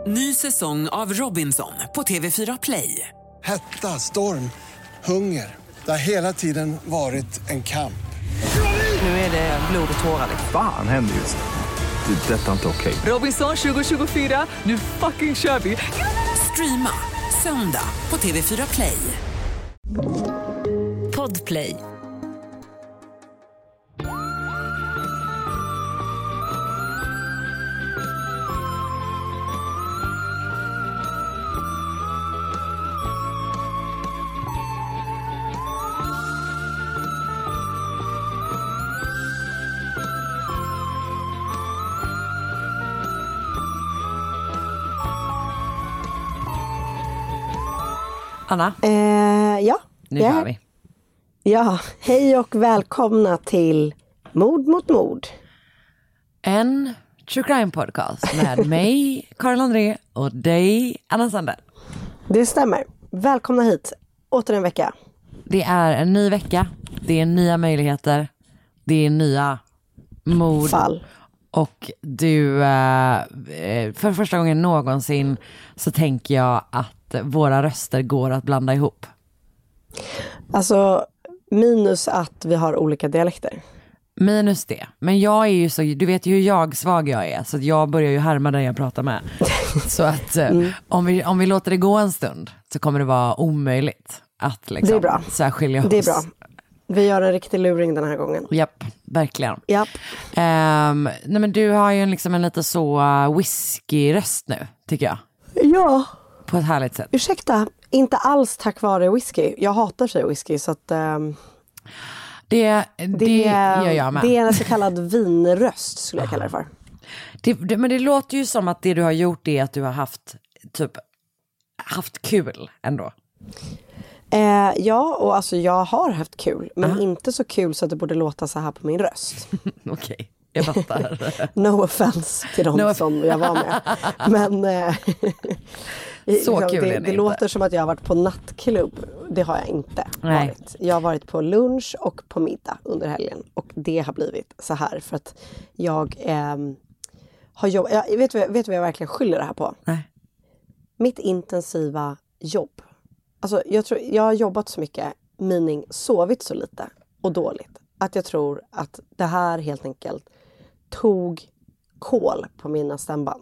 Ny säsong av Robinson på TV4 Play. Hetta, storm, hunger. Det har hela tiden varit en kamp. Nu är det blod och tårar. Fan händer just nu. Det. Detta är inte okej. Robinson 2024, nu fucking kör vi. Streama söndag på TV4 Play. Podplay. Anna? Ja. Nu kör vi. Ja, hej och välkomna till Mord mot mord. En true crime podcast med mig, Karin André, och dig, Anna Sander. Det stämmer. Välkomna hit. Åter en vecka. Det är en ny vecka. Det är nya möjligheter. Det är nya mord. Fall. Och du, för första gången någonsin så tänker jag att våra röster går att blanda ihop. Alltså, minus att vi har olika dialekter. Minus det. Men jag är ju så, du vet ju hur svag jag är. Så att jag börjar ju härma den jag pratar med. Så att om vi låter det gå en stund så kommer det vara omöjligt att liksom, det är bra. Särskilja oss. Det är bra. Vi gör en riktig luring den här gången. Japp, verkligen. Japp. Nej men du har ju liksom en lite så whisky-röst nu, tycker jag. Ja. På ett härligt sätt. Ursäkta, inte alls tack vare whisky. Jag hatar sig whisky så att... Det gör jag med. Det är en så kallad vinröst skulle jag kalla det för. Men det låter ju som att det du har gjort är att du har haft kul ändå. Ja, och alltså jag har haft kul. Men inte så kul så att det borde låta så här på min röst. Okej, jag fattar. No offense till de som jag var med. Men så kul är det låter som att jag har varit på nattklubb. Det har jag inte varit. Jag har varit på lunch och på middag under helgen. Och det har blivit så här för att jag har jobbat. Vet du vad jag verkligen skyller det här på? Nej. Mitt intensiva jobb. Alltså jag har jobbat så mycket, mening sovit så lite och dåligt. Att jag tror att det här helt enkelt tog kål på mina stämband.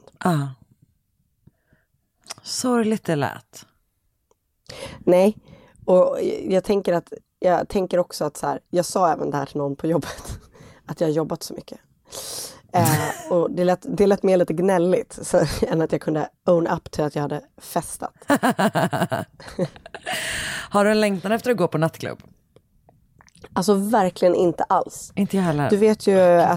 Sorgligt det lät. Nej, och jag tänker också att så här, jag sa även det här till någon på jobbet. Att jag har jobbat så mycket. Och det lät mer lite gnälligt så, än att jag kunde own up till att jag hade festat. Har du en längtan efter att gå på nattklubb? Alltså verkligen inte alls. Inte jag heller. Du vet ju att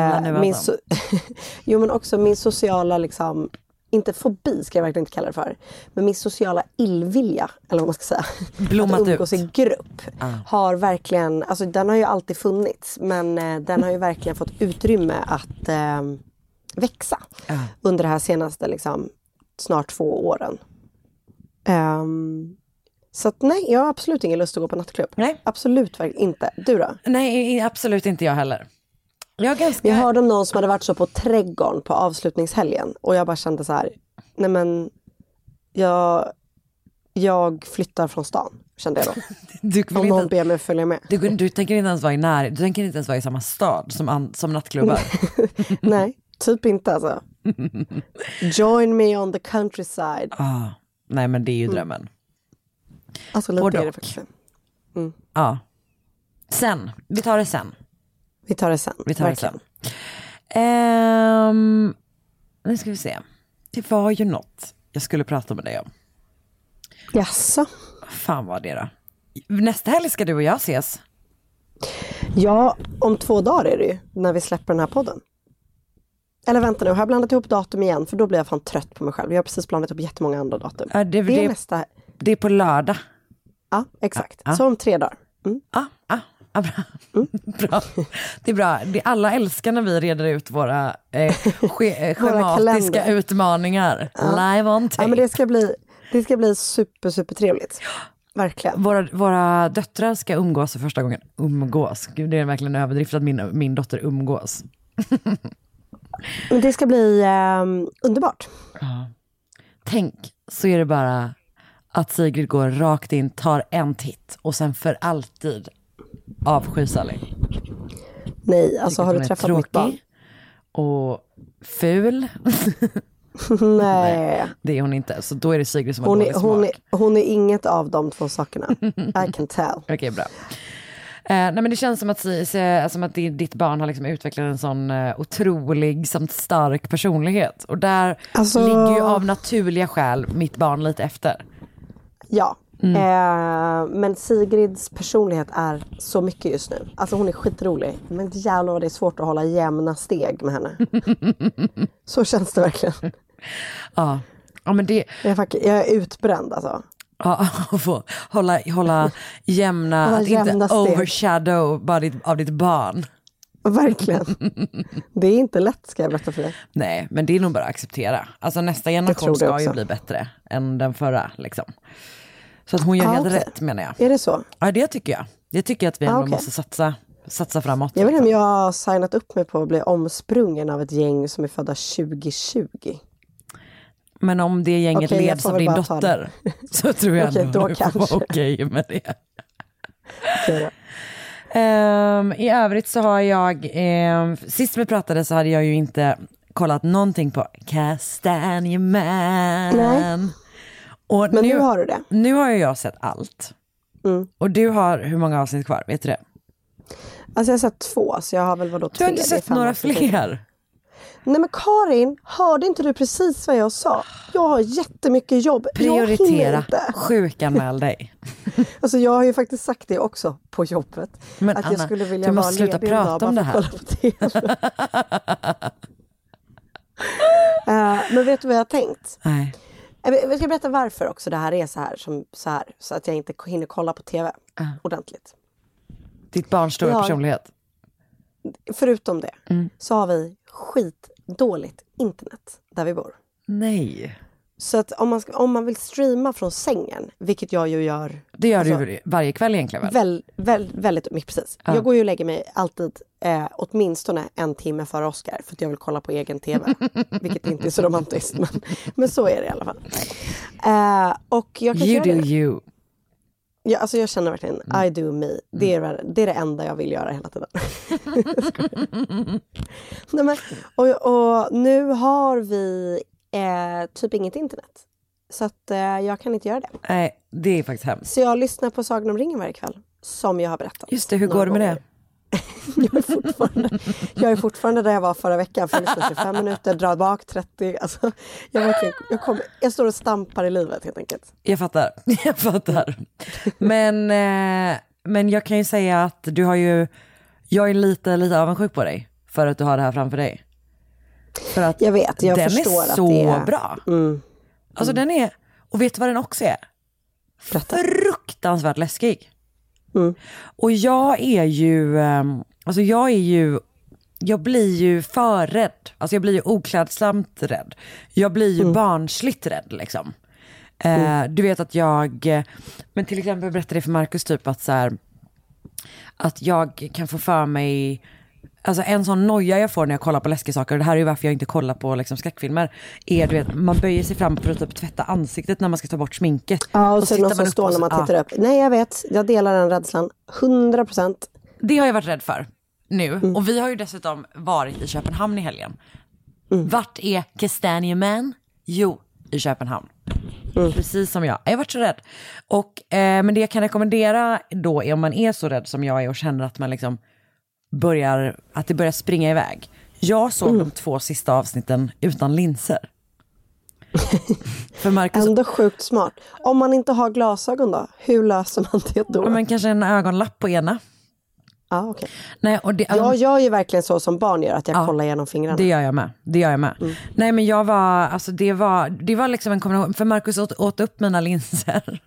jo men också min sociala liksom, inte fobi ska jag verkligen inte kalla det för, men min sociala illvilja eller vad man ska säga, blommat att umgås i grupp har verkligen, alltså den har ju alltid funnits men den har ju verkligen fått utrymme att växa under det här senaste liksom snart 2 åren. Så att nej, jag har absolut ingen lust att gå på nattklubb. Nej. Absolut inte. Du då? Nej, absolut inte jag heller. Jag hörde om någon som hade varit så på Trädgården på avslutningshelgen. Och jag bara kände så här, nej men jag flyttar från stan, kände jag då. Om någon ber mig följa med. Du tänker inte ens vara i du tänker inte ens vara i samma stad som nattklubbar. Nej, typ inte alltså. Join me on the countryside. Nej men det är ju drömmen. Alltså lite är det faktiskt. Ja. Sen, vi tar det sen. Vi tar det sen. Nu ska vi se. Det var ju något jag skulle prata med dig om. Jaså? Fan vad det då? Nästa helg ska du och jag ses. Ja, om 2 dagar är det ju. När vi släpper den här podden. Eller vänta nu, har jag blandat ihop datum igen? För då blir jag fan trött på mig själv. Jag har precis blandat ihop jättemånga andra datum. Ja, det är nästa... Det är på lördag. Ja, exakt. Så om 3 dagar. Bra. Bra. Det är bra. Alla älskar när vi reder ut våra schematiska utmaningar. Live on tape. Ja, men det ska bli super trevligt. Verkligen. Våra döttrar ska umgås för första gången. Umgås. Gud, det är verkligen överdrift att min dotter umgås. Men det ska bli underbart. Ja. tänk så är det bara att Sigrid går rakt in, tar en titt och sen för alltid avskyr Sally. Nej, alltså har du träffat mitt barn? Och ful. Nej. Det är hon inte. Så då är det Sigrid som har dålig smak. Hon är inget av de två sakerna. I can tell. Okej, bra. Nej, men det känns som att ditt barn har liksom utvecklat en sån otrolig samt stark personlighet. Och där ligger ju av naturliga skäl mitt barn lite efter. Ja. Men Sigrids personlighet är så mycket just nu. Alltså hon är skitrolig. Men jävlar, det är svårt att hålla jämna steg med henne. Så känns det verkligen. Ja, men det... Jag är utbränd alltså. Ja, få hålla jämna, att inte steg. overshadow av ditt barn. Verkligen. Det är inte lätt, ska jag berätta för dig. Nej, men det är nog bara att acceptera. Alltså nästa generation ska ju bli bättre än den förra liksom. Så att hon gör helt rätt, menar jag. Är det så? Ja, det tycker jag. Jag tycker att vi ändå måste satsa framåt. Jag vet inte om jag har signat upp mig på att bli omsprungen av ett gäng som är födda 2020. Men om det gänget leds av din dotter så tror jag ändå då du får vara okej med det. Okay, I övrigt så har jag sist vi pratade så hade jag ju inte kollat någonting på Kastanjeman. Nej. Och men nu har du det. Nu har jag sett allt. Och du har hur många avsnitt kvar, vet du det? Alltså jag har sett 2, så jag har väl vadå 3. Du har inte sett några fler? Nej men Karin, hörde inte du precis vad jag sa? Jag har jättemycket jobb. Prioritera, sjukanmäl dig. Alltså jag har ju faktiskt sagt det också på jobbet. Men att Anna, jag skulle vilja du måste sluta prata om det här. Men vet du vad jag har tänkt? Nej. Jag ska berätta varför också det här är så här, så att jag inte hinner kolla på tv ordentligt. Ditt barns stora personlighet. Förutom det så har vi skitdåligt internet där vi bor. Nej. Så att om man vill streama från sängen, vilket jag ju gör. Det gör du varje kväll egentligen väl? Väldigt mycket, precis. Jag går ju och lägger mig alltid åtminstone 1 timme före Oscar för att jag vill kolla på egen tv. Vilket inte är så romantiskt, men så är det i alla fall. Och jag kan you do you. Ja, alltså jag känner verkligen, I do me. Det är det enda jag vill göra hela tiden. Nej, men, och nu har vi typ inget internet. Så att jag kan inte göra det. Nej, det är faktiskt hemskt. Så jag lyssnar på Sagan om ringen varje kväll. Som jag har berättat. Just det, hur går det med det? Jag är fortfarande där jag var förra veckan. För jag lyssnar 25 minuter, drar bak 30. Alltså, jag står och stampar i livet helt enkelt. Jag fattar. Men jag kan ju säga att jag är lite avundsjuk på dig. För att du har det här framför dig. För att jag vet, jag förstår att det är så bra. Alltså den är, och vet du vad den också är? Fruktansvärt läskig. Och jag blir ju för rädd. Alltså jag blir ju oklädsamt rädd. Jag blir ju barnsligt rädd liksom. Du vet att men till exempel berättade det för Marcus typ att så här, att jag kan få för mig, alltså en sån noja jag får när jag kollar på läskiga saker, och det här är ju varför jag inte kollar på liksom skräckfilmer, är du vet, man böjer sig fram för att typ tvätta ansiktet när man ska ta bort sminket. Ja, och så någon som står när man tittar upp. Nej, jag vet, jag delar den rädslan 100%. Det har jag varit rädd för nu. Och vi har ju dessutom varit i Köpenhamn i helgen. Vart är Kastanjeman? Jo, i Köpenhamn. Precis som jag. Jag har varit så rädd. Och, men det jag kan rekommendera då är, om man är så rädd som jag är och känner att man liksom att det börjar springa iväg. Jag såg de 2 sista avsnitten utan linser. För Marcus... Ändå sjukt smart. Om man inte har glasögon då, hur löser man det då? Ja, men kanske en ögonlapp på ena. Ja, okej. Nej, och jag gör ju verkligen så som barn gör, att jag kollar igenom fingrarna. Det gör jag med. Nej, men det var liksom en kombination. För Marcus åt upp mina linser.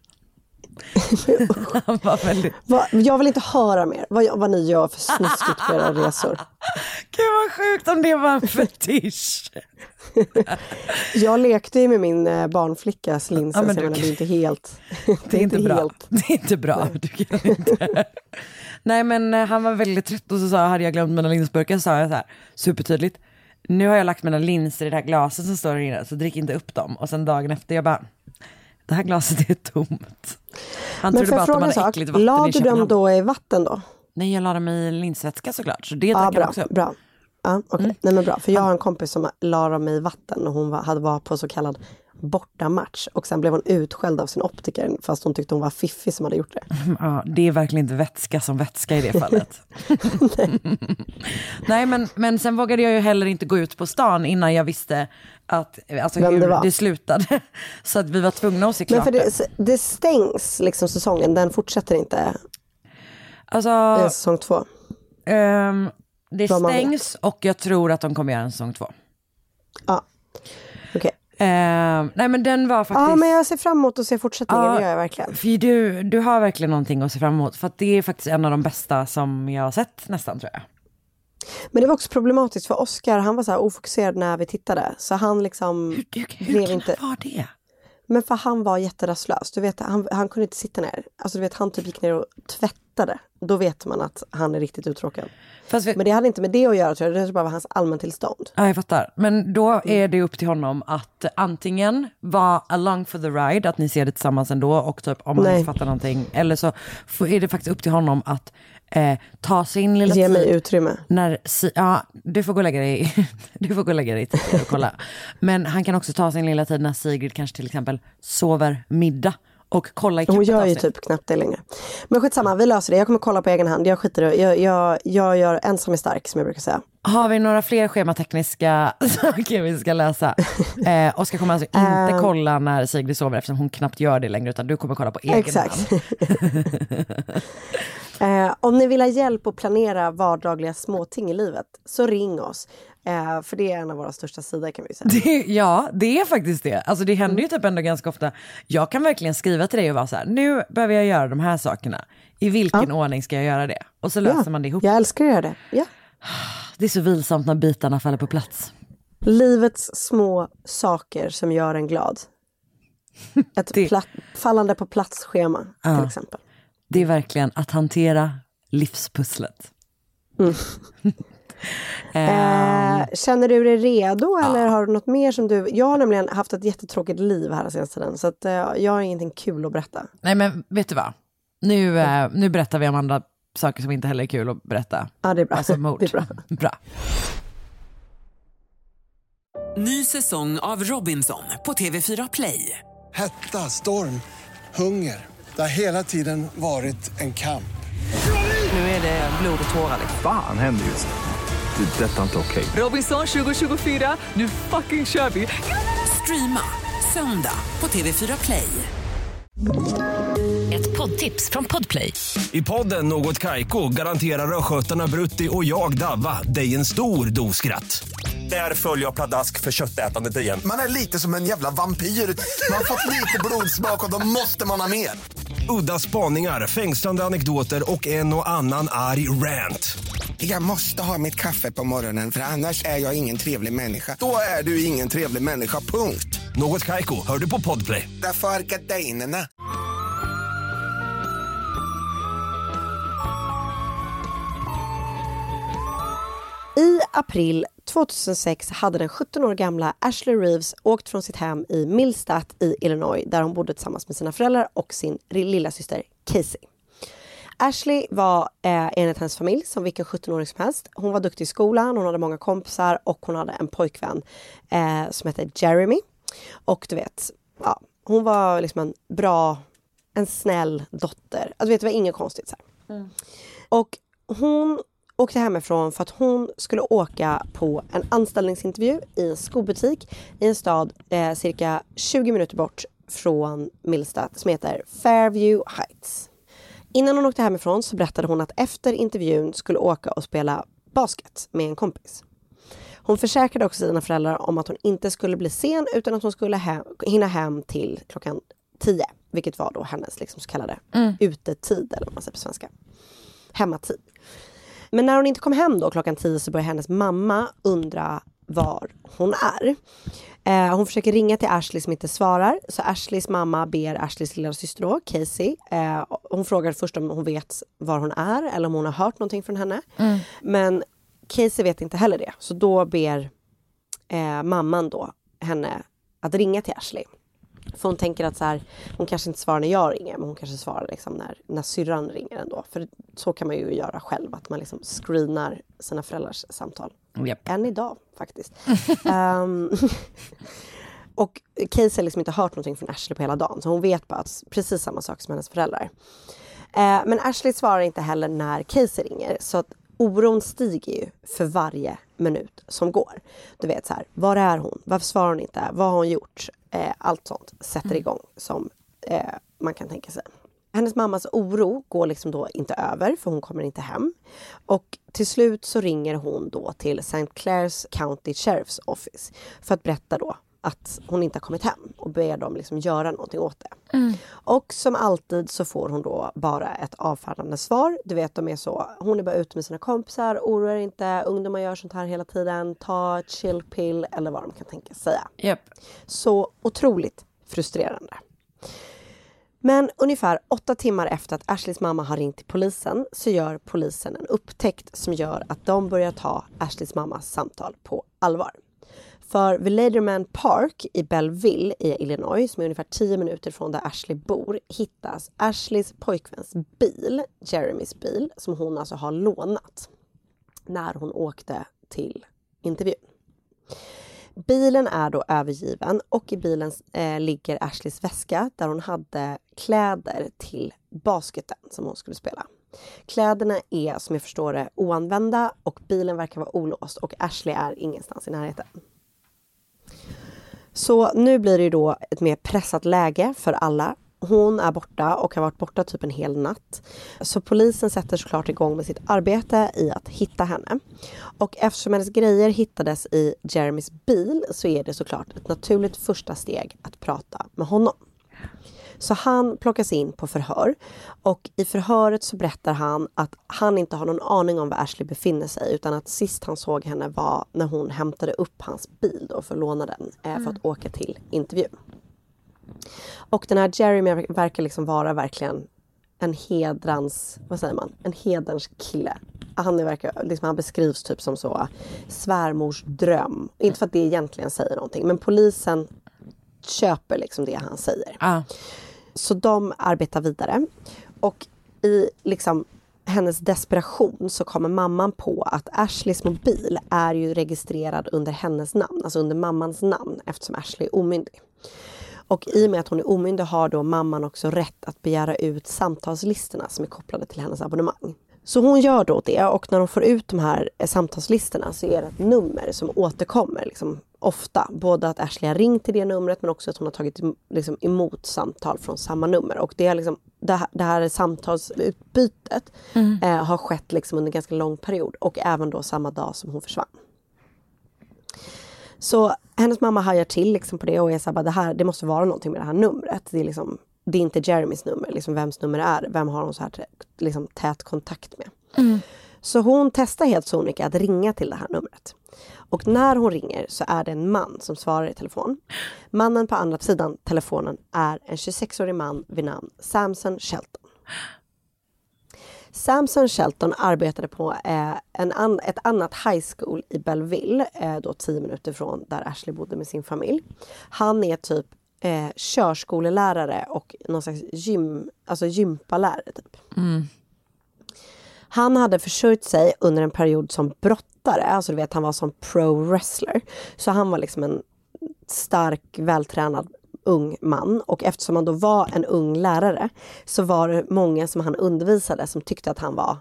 Han var väldigt... Jag vill inte höra mer vad ni gör för snuskigt på era resor. Gud vad sjukt om det var en fetisch. Jag lekte ju med min barnflickas linser, men så det är inte helt... Det är inte bra. Det är inte bra. Du kan inte. Nej, men han var väldigt trött och så hade jag glömt mina linsburkar, så sa jag så här supertydligt: nu har jag lagt mina linser i det här glaset som står där inne, så drick inte upp dem. Och sen dagen efter jag bara, det här glaset är tomt. Han trodde bara att de hade äckligt vatten i Köpenhamn. Lade du dem då i vatten då? Nej, jag la dem i linsvätska såklart, så det drack jag också. Bra. Ja, okej. Nej, men bra. För jag har en kompis som la dem i vatten och hon hade varit på så kallad bortamatch. Och sen blev hon utskälld av sin optiker fast hon tyckte hon var fiffig som hade gjort det. Ja, det är verkligen inte vätska som vätska i det fallet. Nej, men sen vågade jag ju heller inte gå ut på stan innan jag visste att, alltså hur det slutade. Så att vi var tvungna att se klart. Men för det stängs liksom säsongen, den fortsätter inte. Alltså, säsong 2. Det stängs och jag tror att de kommer göra en säsong 2. Ja, okej. Nej, men den var faktiskt... Ja, men jag ser fram emot att se fortsättningen, det gör jag verkligen. För du har verkligen någonting att se fram emot. För att det är faktiskt en av de bästa som jag har sett nästan, tror jag. Men det var också problematiskt för Oscar, han var så här ofokuserad när vi tittade. Så han liksom... Hur kan inte... Var det? Men för han var jätterastlös. Du vet, han kunde inte sitta ner. Alltså du vet, han typ gick ner och tvättade. Då vet man att han är riktigt uttråkad. Men det hade inte med det att göra, tror jag. Det bara var hans allmäntillstånd. Ja, jag fattar. Men då är det upp till honom att antingen vara along for the ride, att ni ser det tillsammans ändå och typ om han inte fattar någonting. Eller så är det faktiskt upp till honom att ta sin lilla tid. Ge mig utrymme. Du får gå och lägga dig. Du får gå och lägga dig och kolla. Men han kan också ta sin lilla tid när Sigrid kanske till exempel sover middag. Och kolla i hon gör ju typ knappt det längre. Men skitsamma, vi löser det. Jag kommer kolla på egen hand. Jag skiter i. Jag gör ensam är stark, som jag brukar säga. Har vi några fler schematekniska saker vi ska läsa? Oskar kommer alltså inte kolla när Sigrid sover, eftersom hon knappt gör det längre, utan du kommer kolla på egen hand. Om ni vill ha hjälp att planera vardagliga småting i livet, så ring oss. För det är en av våra största sidor, kan vi säga. Det är faktiskt det. Alltså det händer ju typ ändå ganska ofta. Jag kan verkligen skriva till dig och vara så här: nu behöver jag göra de här sakerna. I vilken ordning ska jag göra det? Och så löser man det ihop. Jag älskar att göra det. Ja. Det är så vilsamt när bitarna faller på plats. Livets små saker som gör en glad. Ett fallande på plats-schema till exempel. Det är verkligen att hantera livspusslet. Känner du dig redo eller har du något mer som du... Jag har nämligen haft ett jättetråkigt liv här senaste tiden, så att jag har ingenting kul att berätta. Nej, men vet du vad? Nu berättar vi om andra saker som inte heller är kul att berätta. Ja, det är bra. Alltså mord. Det är bra. Ny säsong av Robinson på TV4 Play. Hetta, storm, hunger. Det har hela tiden varit en kamp. Nu är det blod och tårar. Fan händer just det. Det är detta inte okej. Robinson 2024, nu fucking kör vi. Streama söndag på TV4 Play. Ett poddtips från Podplay. I podden Något Kaiko garanterar röskötarna Brutti och jag Davva dig en stor doskratt. Där följer jag pladask för köttätandet igen. Man är lite som en jävla vampyr. Man har fått lite blodsmak och då måste man ha mer. Udda spaningar, fängslande anekdoter och en och annan arg rant. Jag måste ha mitt kaffe på morgonen, för annars är jag ingen trevlig människa. Då är du ingen trevlig människa, punkt. Något Kaiko, hör du på Podplay. Därför är gardinerna. I april 2006 hade den 17 år gamla Ashley Reeves åkt från sitt hem i Millstatt i Illinois, där hon bodde tillsammans med sina föräldrar och sin lilla syster Casey. Ashley var enligt hennes familj som vilken 17-åring som helst. Hon var duktig i skolan, hon hade många kompisar och hon hade en pojkvän som hette Jeremy. Och du vet, hon var liksom en snäll dotter. Alltså, du vet, det var inget konstigt så här. Och hon åkte hemifrån för att hon skulle åka på en anställningsintervju i en skobutik i en stad cirka 20 minuter bort från Millstatt som heter Fairview Heights. Innan hon åkte hemifrån så berättade hon att efter intervjun skulle åka och spela basket med en kompis. Hon försäkrade också sina föräldrar om att hon inte skulle bli sen utan att hon skulle hinna hem till klockan 10. Vilket var då hennes liksom så kallade utetid, eller vad man säger på svenska. Hemmatid. Men när hon inte kom hem då klockan 10 så började hennes mamma undra var hon är. Hon försöker ringa till Ashley som inte svarar. Så Ashleys mamma ber Ashleys lilla syster då, Casey. Hon frågar först om hon vet var hon är eller om hon har hört någonting från henne. Men Casey vet inte heller det. Så då ber mamman då henne att ringa till Ashley. För hon tänker att så här, hon kanske inte svarar när jag ringer, men hon kanske svarar liksom när syrran ringer ändå. För så kan man ju göra själv, att man liksom screenar sina föräldrars samtal. Yep. Än idag faktiskt. Och Casey har liksom inte hört någonting från Ashley på hela dagen, så hon vet bara att precis samma sak som hennes föräldrar. Men Ashley svarar inte heller när Casey ringer, så att oron stiger ju för varje minut som går. Du vet så här, var är hon? Varför svarar hon inte? Vad har hon gjort? Allt sånt sätter igång som man kan tänka sig. Hennes mammas oro går liksom då inte över, för hon kommer inte hem. Och till slut så ringer hon då till St. Clair's County Sheriff's Office för att berätta då att hon inte har kommit hem och ber dem liksom göra någonting åt det. Och som alltid så får hon då bara ett avfärdande svar. Du vet, de är så, hon är bara ute med sina kompisar, oroar inte, ungdomar gör sånt här hela tiden, ta ett chill pill eller vad de kan tänka säga. Yep. Så otroligt frustrerande. Men ungefär 8 timmar efter att Ashleys mamma har ringt till polisen så gör polisen en upptäckt som gör att de börjar ta Ashleys mammas samtal på allvar. För vid Laderman Park i Belleville i Illinois, som är ungefär 10 minuter från där Ashley bor, hittas Ashleys pojkväns bil, Jeremys bil, som hon alltså har lånat när hon åkte till intervjun. Bilen är då övergiven och i bilen ligger Ashleys väska där hon hade kläder till basketen som hon skulle spela. Kläderna är, som jag förstår det, oanvända och bilen verkar vara olåst och Ashley är ingenstans i närheten. Så nu blir det ju då ett mer pressat läge för alla. Hon är borta och har varit borta typ en hel natt. Så polisen sätter såklart igång med sitt arbete i att hitta henne. Och eftersom hennes grejer hittades i Jeremys bil så är det såklart ett naturligt första steg att prata med honom. Så han plockas in på förhör och i förhöret så berättar han att han inte har någon aning om var Ashley befinner sig, utan att sist han såg henne var när hon hämtade upp hans bil då för att låna den för att åka till intervjun. Och den här Jeremy verkar liksom vara verkligen en hedrans, vad säger man, en hederns kille. Han beskrivs typ som så svärmors dröm. Inte för att det egentligen säger någonting, men polisen köper liksom det han säger. Så de arbetar vidare. Och i liksom hennes desperation så kommer mamman på att Ashleys mobil är ju registrerad under hennes namn, alltså under mammans namn, eftersom Ashley är omyndig. Och i och med att hon är omyndig har då mamman också rätt att begära ut samtalslistorna som är kopplade till hennes abonnemang. Så hon gör då det, och när hon får ut de här samtalslistorna så är det ett nummer som återkommer liksom ofta. Både att Ashley har ringt till det numret, men också att hon har tagit liksom emot samtal från samma nummer. Och det är liksom, det här samtalsutbytet har skett liksom under en ganska lång period och även då samma dag som hon försvann. Så hennes mamma hajar till liksom på det och är så här, det måste vara någonting med det här numret. Det är liksom, det är inte Jeremys nummer, liksom vems nummer är det? Vem har hon så här liksom tät kontakt med? Så hon testar helt sonika att ringa till det här numret. Och när hon ringer så är det en man som svarar i telefon. Mannen på andra sidan telefonen är en 26-årig man vid namn Samson Shelton. Samson Shelton arbetade på ett annat high school i Belleville, då 10 minuter från där Ashley bodde med sin familj. Han är typ körskolelärare och någon slags gympalärare typ. Han hade försörjt sig under en period som brottare, alltså du vet, han var som pro-wrestler. Så han var liksom en stark, vältränad ung man, och eftersom han då var en ung lärare så var det många som han undervisade som tyckte att han var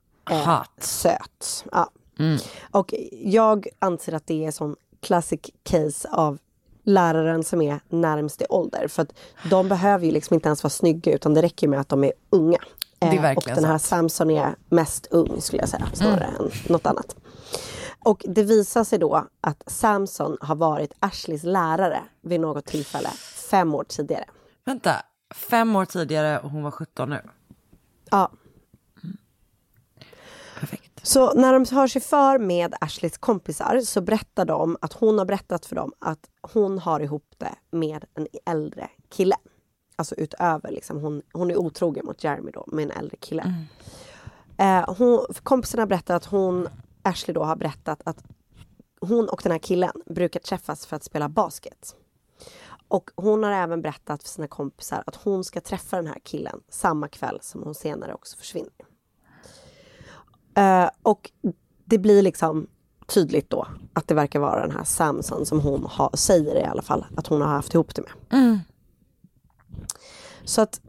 söt. Ja. Och jag anser att det är som classic case av läraren som är närmst i ålder, för att de behöver ju liksom inte ens vara snygga, utan det räcker med att de är unga. Det är verkligen och den här Samson är mest ung, skulle jag säga, snarare än något annat. Och det visar sig då att Samson har varit Ashleys lärare vid något tillfälle 5 år tidigare. Vänta, 5 år tidigare och hon var 17 nu? Ja. Perfekt. Så när de hör sig för med Ashleys kompisar så berättar de att hon har berättat för dem att hon har ihop det med en äldre kille. Alltså utöver, liksom, hon är otrogen mot Jeremy då, med en äldre kille. Kompisarna berättar att Ashley då har berättat att hon och den här killen brukar träffas för att spela basket. Och hon har även berättat för sina kompisar att hon ska träffa den här killen samma kväll som hon senare också försvinner. Och det blir liksom tydligt då att det verkar vara den här Samson som hon säger i alla fall att hon har haft ihop det med. Så att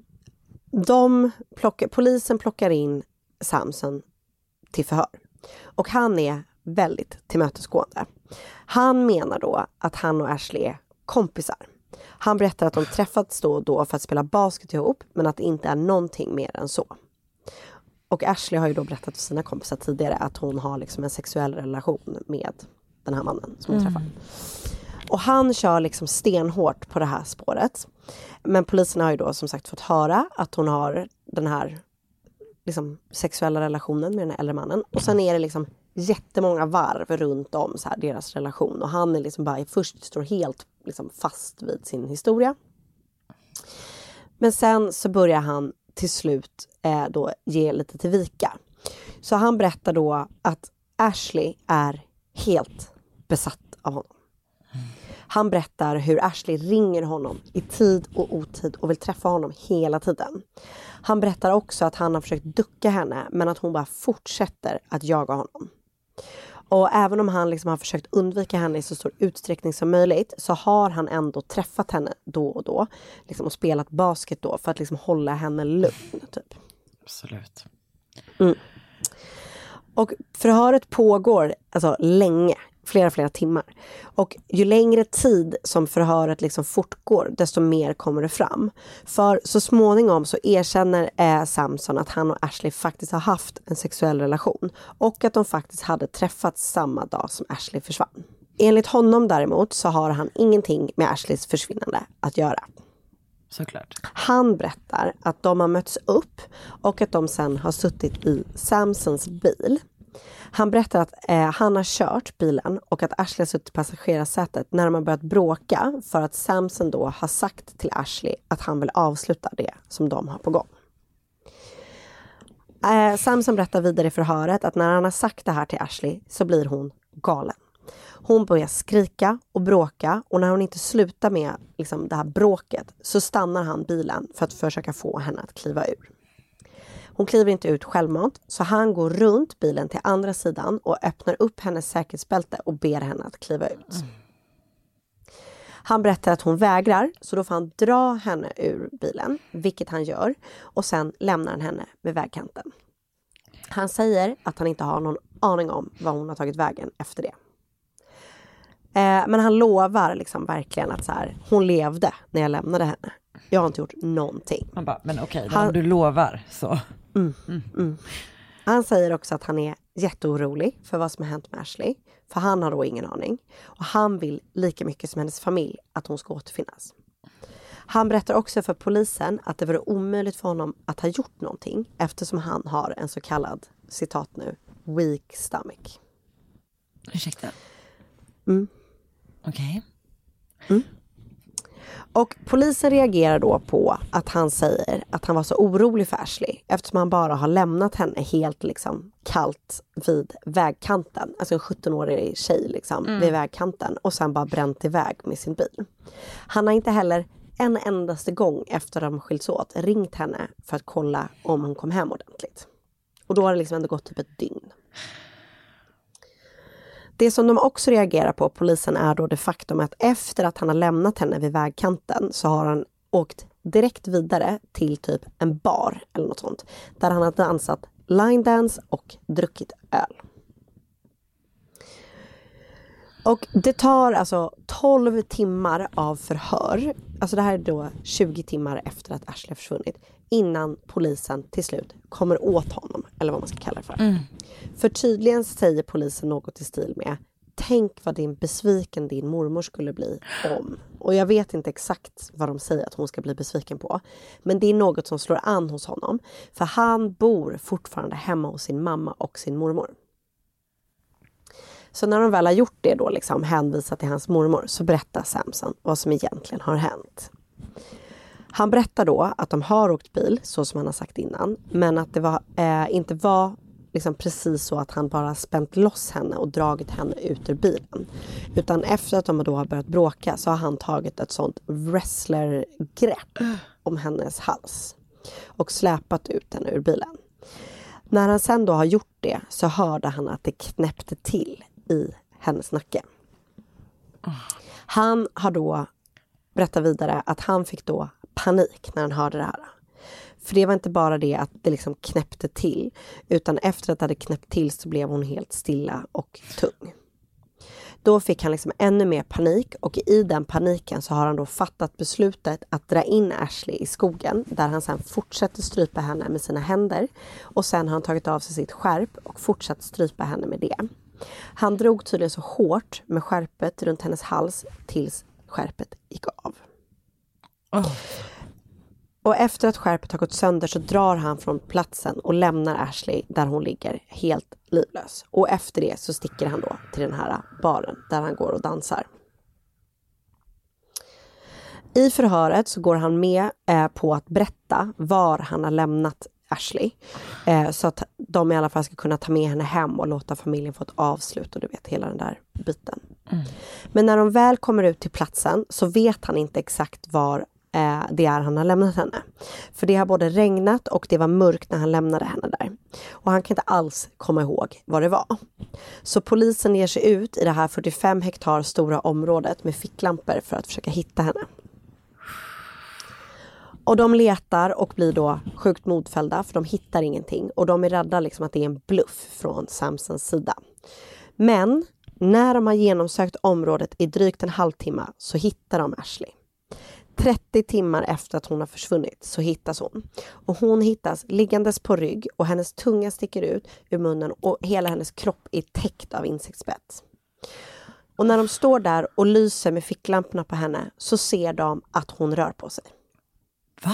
polisen plockar in Samson till förhör. Och han är väldigt tillmötesgående. Han menar då att han och Ashley är kompisar. Han berättar att de träffats då och då för att spela basket ihop, men att det inte är någonting mer än så. Och Ashley har ju då berättat för sina kompisar tidigare att hon har liksom en sexuell relation med den här mannen som hon träffar. Och han kör liksom stenhårt på det här spåret. Men polisen har ju då som sagt fått höra att hon har den här liksom sexuella relationen med den här äldre mannen. Och sen är det liksom jättemånga varv runt om så här, deras relation. Och han är liksom bara först står helt liksom fast vid sin historia. Men sen så börjar han till slut då ge lite till vika. Så han berättar då att Ashley är helt besatt av honom. Han berättar hur Ashley ringer honom i tid och otid och vill träffa honom hela tiden. Han berättar också att han har försökt ducka henne, men att hon bara fortsätter att jaga honom. Och även om han liksom har försökt undvika henne i så stor utsträckning som möjligt, så har han ändå träffat henne då och då. Liksom, och spelat basket då för att liksom hålla henne lugn. Typ. Absolut. Och förhöret pågår alltså länge. Flera timmar. Och ju längre tid som förhöret liksom fortgår, desto mer kommer det fram. För så småningom så erkänner Samson att han och Ashley faktiskt har haft en sexuell relation. Och att de faktiskt hade träffats samma dag som Ashley försvann. Enligt honom däremot så har han ingenting med Ashleys försvinnande att göra. Såklart. Han berättar att de har mötts upp och att de sen har suttit i Samsons bil. Han berättar att han har kört bilen och att Ashley har suttit i passagerarsätet när de har börjat bråka, för att Samson då har sagt till Ashley att han vill avsluta det som de har på gång. Samson berättar vidare i förhöret att när han har sagt det här till Ashley så blir hon galen. Hon börjar skrika och bråka, och när hon inte slutar med liksom, det här bråket så stannar han bilen för att försöka få henne att kliva ur. Hon kliver inte ut självmant, så han går runt bilen till andra sidan och öppnar upp hennes säkerhetsbälte och ber henne att kliva ut. Han berättar att hon vägrar, så då får han dra henne ur bilen, vilket han gör, och sen lämnar han henne vid vägkanten. Han säger att han inte har någon aning om vad hon har tagit vägen efter det. Men han lovar liksom verkligen att så här, hon levde när jag lämnade henne. Jag har inte gjort någonting. Han bara, men okej, om du lovar så. Han säger också att han är jätteorolig för vad som har hänt med Ashley. För han har då ingen aning. Och han vill lika mycket som hennes familj att hon ska återfinnas. Han berättar också för polisen att det var omöjligt för honom att ha gjort någonting, eftersom han har en så kallad, citat nu, weak stomach. Ursäkta? Okej. Och polisen reagerar då på att han säger att han var så orolig för Ashley, eftersom han bara har lämnat henne helt liksom kallt vid vägkanten. Alltså en 17-årig tjej liksom vid vägkanten, och sen bara bränt iväg med sin bil. Han har inte heller en endaste gång efter de skilts åt ringt henne för att kolla om hon kom hem ordentligt. Och då har det liksom ändå gått typ ett dygn. Det som de också reagerar på, polisen, är då det faktum att efter att han har lämnat henne vid vägkanten så har han åkt direkt vidare till typ en bar eller något sånt. Där han har dansat line dance och druckit öl. Och det tar alltså 12 timmar av förhör. Alltså det här är då 20 timmar efter att Ashley har försvunnit. Innan polisen till slut kommer åt honom. Eller vad man ska kalla det för. För tydligen säger polisen något i stil med: tänk vad besviken din mormor skulle bli om. Och jag vet inte exakt vad de säger att hon ska bli besviken på. Men det är något som slår an hos honom. För han bor fortfarande hemma hos sin mamma och sin mormor. Så när de väl har gjort det då, liksom hänvisat till hans mormor, så berättar Samson vad som egentligen har hänt. Han berättar då att de har åkt bil, så som han har sagt innan, men att det inte var liksom precis så att han bara spänt loss henne och dragit henne ut ur bilen. Utan efter att de då har börjat bråka så har han tagit ett sånt wrestlergrepp om hennes hals och släpat ut henne ur bilen. När han sen då har gjort det så hörde han att det knäppte till i hennes nacke. Han har då berättat vidare att han fick då panik när han hörde det här. För det var inte bara det att det liksom knäppte till, utan efter att det hade knäppt till så blev hon helt stilla och tung. Då fick han liksom ännu mer panik, och i den paniken så har han då fattat beslutet att dra in Ashley i skogen, där han sen fortsätter strypa henne med sina händer, och sen har han tagit av sig sitt skärp och fortsatt strypa henne med det. Han drog tydligen så hårt med skärpet runt hennes hals tills skärpet gick av. Och efter att skärpet har gått sönder så drar han från platsen och lämnar Ashley där hon ligger helt livlös. Och efter det så sticker han då till den här baren där han går och dansar. I förhöret så går han med på att berätta var han har lämnat Ashley. Så att de i alla fall ska kunna ta med henne hem och låta familjen få ett avslut, och du vet hela den där biten. Men när de väl kommer ut till platsen så vet han inte exakt var det är han har lämnat henne. För det har både regnat och det var mörkt när han lämnade henne där. Och han kan inte alls komma ihåg vad det var. Så polisen ger sig ut i det här 45 hektar stora området med ficklampor för att försöka hitta henne. Och de letar och blir då sjukt modfällda, för de hittar ingenting. Och de är rädda liksom att det är en bluff från Samsons sida. Men när de har genomsökt området i drygt en halvtimme så hittar de Ashley. 30 timmar efter att hon har försvunnit så hittas hon. Och hon hittas liggandes på rygg, och hennes tunga sticker ut ur munnen och hela hennes kropp är täckt av insektsbett. Och när de står där och lyser med ficklamporna på henne så ser de att hon rör på sig. Va?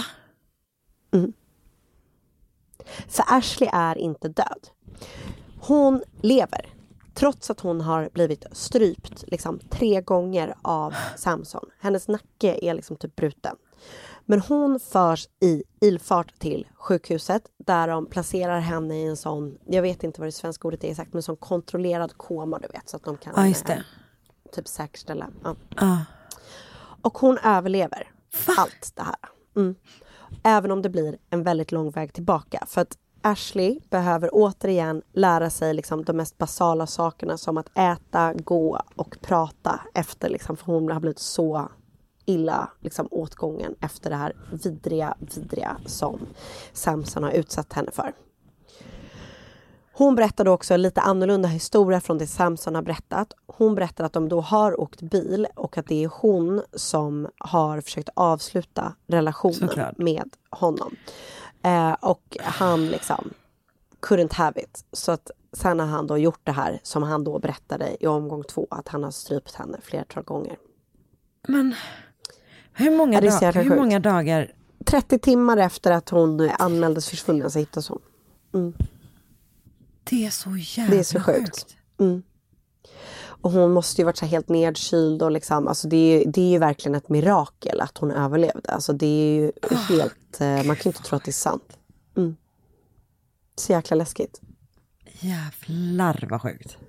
För Ashley är inte död. Hon lever. Trots att hon har blivit strypt liksom 3 gånger av Samson. Hennes nacke är liksom typ bruten. Men hon förs i ilfart till sjukhuset, där de placerar henne i en sån, jag vet inte vad det svenska ordet är exakt, men en sån kontrollerad koma, du vet, så att de kan typ säkerställa. Ja. Och hon överlever allt det här. Även om det blir en väldigt lång väg tillbaka. För att Ashley behöver återigen lära sig liksom de mest basala sakerna, som att äta, gå och prata efter liksom, för hon har blivit så illa liksom åtgången efter det här vidriga som Samson har utsatt henne för. Hon berättade också en lite annorlunda historia från det Samson har berättat. Hon berättar att de då har åkt bil och att det är hon som har försökt avsluta relationen med honom. Och han liksom couldn't have it. Så att sen har han då gjort det här som han då berättade i omgång 2, att han har strypt henne flera gånger. Men hur många dagar? 30 timmar efter att hon anmäldes försvunnen så hittas hon. Det är så jävla Det är så sjukt. Och hon måste ju varit så helt nedkyld och liksom, alltså det är ju verkligen ett mirakel att hon överlevde. Alltså det är ju helt, man kan inte tro att det är sant. Så jäkla läskigt. Jävlar vad sjukt.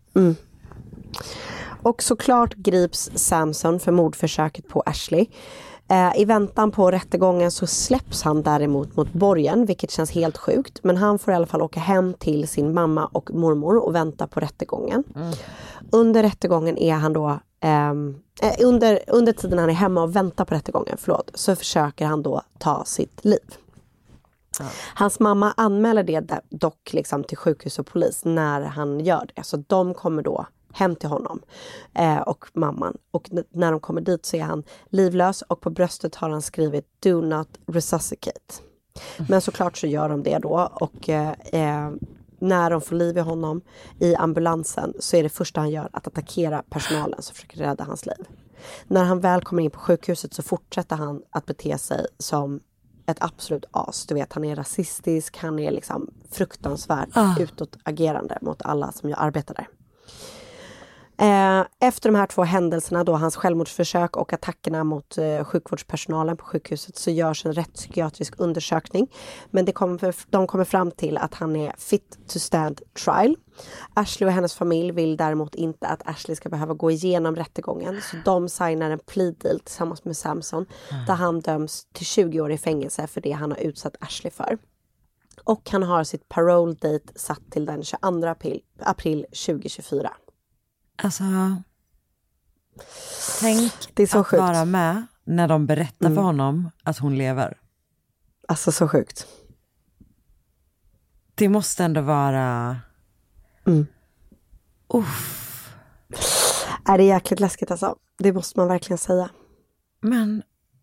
Och såklart grips Samson för mordförsöket på Ashley. I väntan på rättegången så släpps han däremot mot borgen, vilket känns helt sjukt. Men han får i alla fall åka hem till sin mamma och mormor och vänta på rättegången. Under rättegången är han då, under tiden han är hemma och väntar på rättegången, så försöker han då ta sitt liv. Hans mamma anmäler det dock liksom till sjukhus och polis när han gör det. Så de kommer då hem till honom och mamman. Och när de kommer dit så är han livlös, och på bröstet har han skrivit "Do not resuscitate". Men såklart så gör de det då, och när de får liv i honom i ambulansen så är det första han gör att attackera personalen som försöker rädda hans liv. När han väl kommer in på sjukhuset så fortsätter han att bete sig som ett absolut as. Du vet, han är rasistisk, han är liksom fruktansvärt utåtagerande mot alla som jag arbetar där. Efter de här 2 händelserna, då hans självmordsförsök och attackerna mot sjukvårdspersonalen på sjukhuset, så görs en rättspsykiatrisk undersökning. Men de kommer fram till att han är fit to stand trial. Ashley och hennes familj vill däremot inte att Ashley ska behöva gå igenom rättegången. Så de signar en plea deal tillsammans med Samson där han döms till 20 år i fängelse för det han har utsatt Ashley för. Och han har sitt parole date satt till den 22 april 2024. Alltså, tänk det är så att sjukt. Vara med när de berättar för honom att hon lever. Alltså så sjukt. Det måste ändå vara... Är det jäkligt läskigt alltså. Det måste man verkligen säga. Men,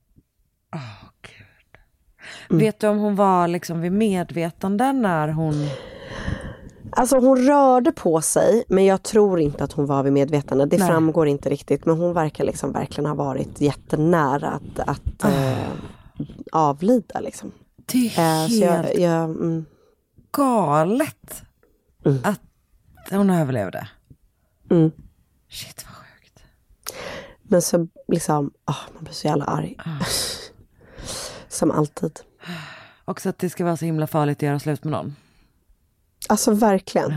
gud. Vet du om hon var liksom vid medvetande när hon... Alltså hon rörde på sig, men jag tror inte att hon var vid medvetande. Det framgår inte riktigt, men hon verkar liksom verkligen ha varit jättenära att avlida liksom. Det är helt galet att hon överlevde. Shit, vad sjukt. Men så liksom, man blir så jävla arg. Som alltid. Också att det ska vara så himla farligt att göra slut med någon. Alltså verkligen.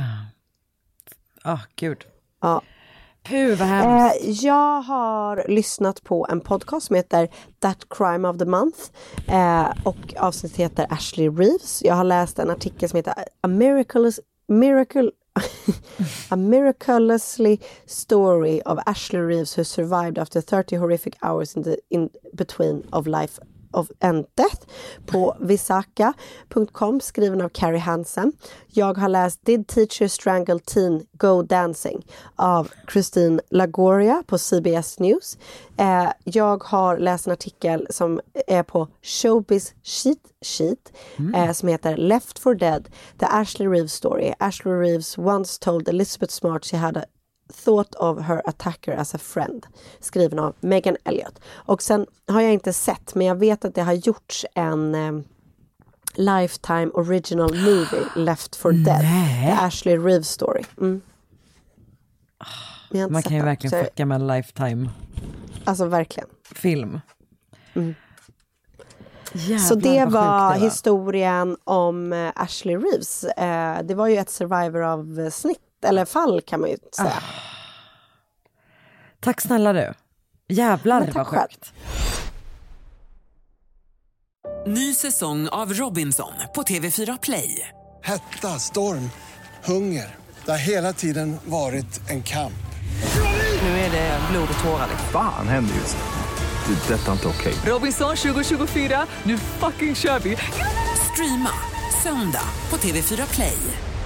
Gud. Ja. Puh, vad hemskt. Jag har lyssnat på en podcast som heter That Crime of the Month. Och avsnittet heter Ashley Reeves. Jag har läst en artikel som heter A miraculously story of Ashley Reeves who survived after 30 horrific hours in between of life and death på visaka.com, skriven av Carrie Hansen. Jag har läst Did Teacher Strangle Teen Go Dancing av Christine Lagoria på CBS News. Jag har läst en artikel som är på Showbiz Sheet som heter Left for Dead, The Ashley Reeves Story. Ashley Reeves once told Elizabeth Smart she had a thought of her attacker as a friend, skriven av Megan Elliott. Och sen har jag inte sett, men jag vet att det har gjorts en Lifetime original movie, Left for Dead, The Ashley Reeves Story. Man kan ju verkligen fucka med en Lifetime. Alltså verkligen. Film. Jävlar, så det var historien om Ashley Reeves. Det var ju ett survivor av snitt eller fall kan man ju säga. Tack snälla du. Jävlar vad sjukt. Ny säsong av Robinson på TV4 Play. Hetta, storm, hunger. Det har hela tiden varit en kamp. Nu är det blod och tårar. Fan händer just det. Det är detta inte okej. Robinson 2024, nu fucking kör vi. Streama söndag på TV4 Play.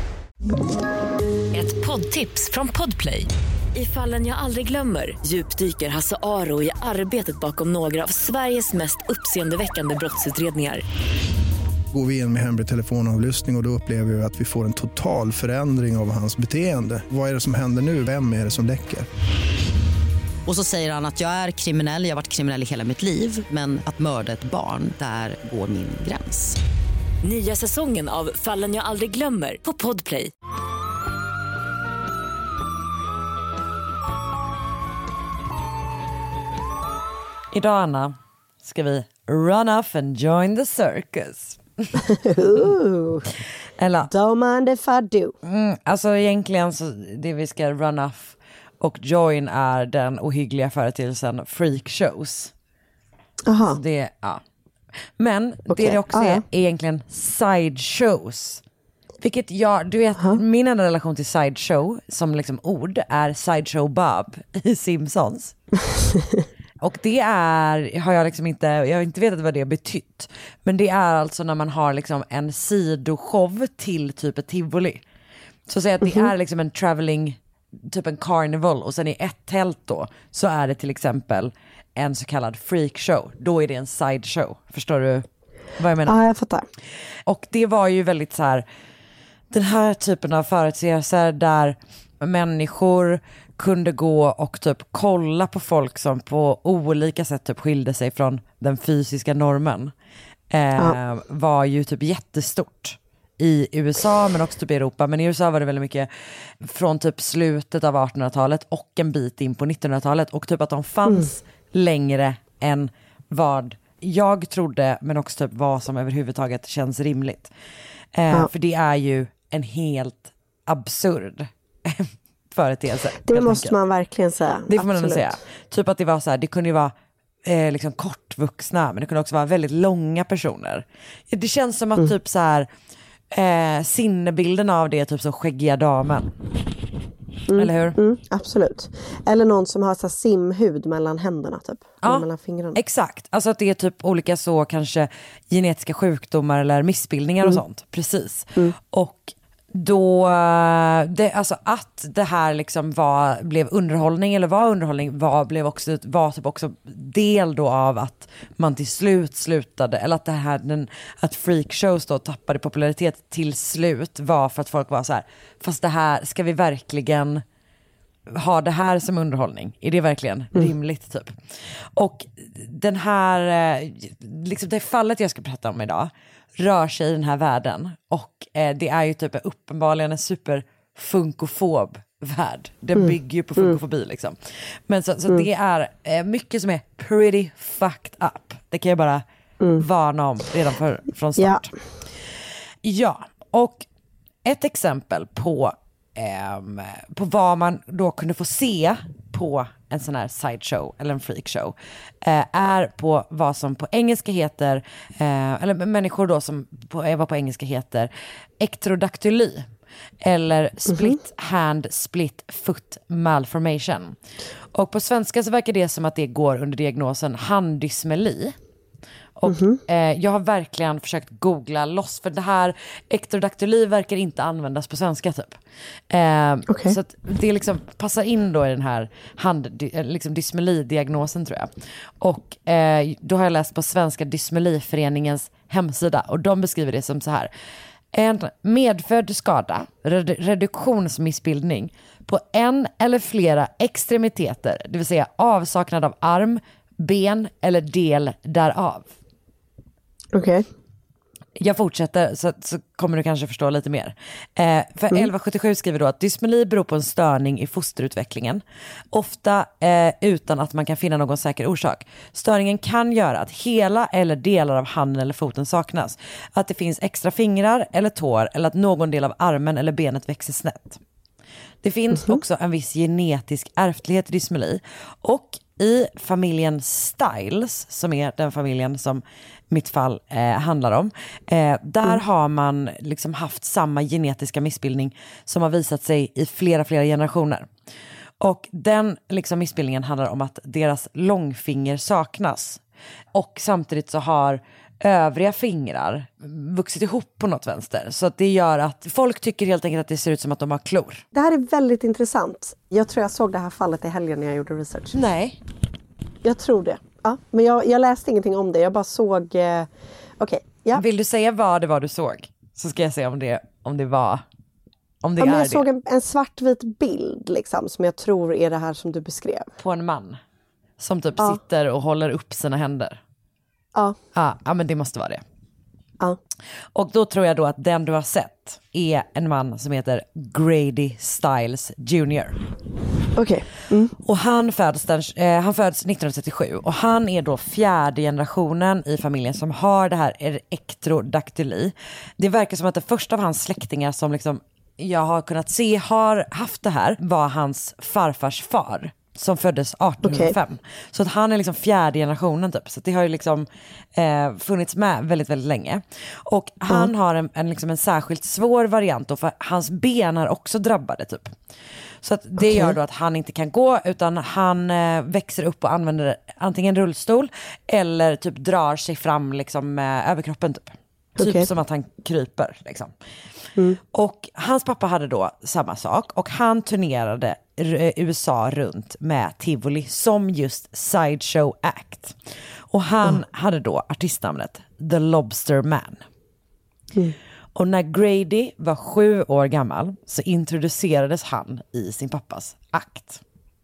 Ett poddtips från Podplay. I Fallen jag aldrig glömmer djupdyker Hasse Aro i arbetet bakom några av Sveriges mest uppseendeväckande brottsutredningar. Går vi in med hemlig telefonavlyssning och då upplever vi att vi får en total förändring av hans beteende. Vad är det som händer nu? Vem är det som läcker? Och så säger han att jag är kriminell, jag har varit kriminell i hela mitt liv. Men att mörda ett barn, där går min gräns. Nya säsongen av Fallen jag aldrig glömmer på Podplay. Idag, Anna, ska vi run off and join the circus. Eller, don't mind if I do. Alltså egentligen så det vi ska run off och join är den ohyggliga företeelsen freak shows. Aha. Så det, ja. Men det också är egentligen side shows. Vilket jag, du vet, min enda relation till sideshow som liksom ord är sideshow Bob i Simpsons. Och det är, har jag liksom inte, jag har inte vetat vad det betytt. Men det är alltså när man har liksom en sidoshow till typ ett tivoli. Så säg att det är liksom en traveling, typ en carnival. Och sen i ett tält då så är det till exempel en så kallad freak show. Då är det en sideshow. Förstår du vad jag menar? Ja, jag fattar. Och det var ju väldigt så här, den här typen av företeelser där människor kunde gå och typ kolla på folk som på olika sätt typ skilde sig från den fysiska normen var ju typ jättestort i USA men också typ i Europa. Men i USA var det väldigt mycket från typ slutet av 1800-talet och en bit in på 1900-talet. Och typ att de fanns längre än vad jag trodde, men också typ vad som överhuvudtaget känns rimligt. För det är ju en helt absurd företeelse. Det måste man verkligen säga. Det får man ändå säga. Typ att det var så här, det kunde ju vara liksom kortvuxna, men det kunde också vara väldigt långa personer. Det känns som att typ så här sinnebilden av det är typ som skäggiga damen. Eller hur? Absolut. Eller någon som har så här simhud mellan händerna typ. Ja, mellan fingrarna. Exakt. Alltså att det är typ olika så kanske genetiska sjukdomar eller missbildningar och sånt. Precis. Och då, alltså att det här liksom blev underhållning eller var underhållning var typ också del då av att man till slut slutade, eller att det här att freakshows då tappade popularitet till slut var för att folk var så här, fast det här, ska vi verkligen ha det här som underhållning? Är det verkligen rimligt typ? Och den här liksom det fallet jag ska prata om idag rör sig i den här världen och det är ju typ uppenbarligen en super funkofob värld. Den bygger ju på funkofobi liksom. Men så det är mycket som är pretty fucked up. Det kan jag bara varna om redan från start. Ja, och ett exempel på vad man då kunde få se på en sån här sideshow eller en freakshow är på vad som på engelska heter eller människor då som vad på engelska heter ektrodaktyli eller split hand split foot malformation. Och på svenska så verkar det som att det går under diagnosen handdysmeli. Och jag har verkligen försökt googla loss, för det här ektrodaktyli verkar inte användas på svenska typ. Så att det liksom passar in då i den här liksom dysmeli-diagnosen tror jag. Och då har jag läst på Svenska Dysmeliföreningens hemsida och de beskriver det som så här: en medfödd skada, reduktionsmissbildning på en eller flera extremiteter, det vill säga avsaknad av arm, ben eller del därav. Okej. Jag fortsätter så kommer du kanske förstå lite mer. För 1177 skriver då att dysmeli beror på en störning i fosterutvecklingen. Ofta utan att man kan finna någon säker orsak. Störningen kan göra att hela eller delar av handen eller foten saknas. Att det finns extra fingrar eller tår eller att någon del av armen eller benet växer snett. Det finns också en viss genetisk ärftlighet i dysmeli. Och i familjen Styles, som är den familjen som mitt fall handlar om, där har man liksom haft samma genetiska missbildning som har visat sig i flera generationer. Och den liksom missbildningen handlar om att deras långfinger saknas. Och samtidigt så har övriga fingrar vuxit ihop på något vänster. Så att det gör att folk tycker helt enkelt att det ser ut som att de har klor. Det här är väldigt intressant. Jag tror jag såg det här fallet i helgen när jag gjorde research. Nej. Jag tror det. Ja, men jag läste ingenting om det. Jag bara såg... Okej, ja. Vill du säga vad det var du såg? Så ska jag säga om det var... Om det ja, men är jag såg en svartvit bild liksom, som jag tror är det här som du beskrev. På en man som typ sitter och håller upp sina händer. Ja. Ja, men det måste vara det. Ja. Och då tror jag då att den du har sett är en man som heter Grady Styles Jr. Okej. Och han föds 1937 och han är då 4:e generationen i familjen som har det här ektrodaktyli. Det verkar som att det första av hans släktingar som liksom jag har kunnat se har haft det här var hans farfars far som föddes 1805. Okay. Så att han är liksom 4:e generationen typ. Så det har ju liksom funnits med väldigt, väldigt länge. Och han har en särskilt svår variant då, för hans ben är också drabbade typ. Så att det gör då att han inte kan gå, utan han växer upp och använder antingen rullstol eller typ drar sig fram liksom över kroppen typ. Typ som att han kryper liksom. Och hans pappa hade då samma sak och han turnerade USA runt med Tivoli som just Sideshow Act. Och han hade då artistnamnet The Lobster Man. Och när Grady var 7 år gammal så introducerades han i sin pappas akt.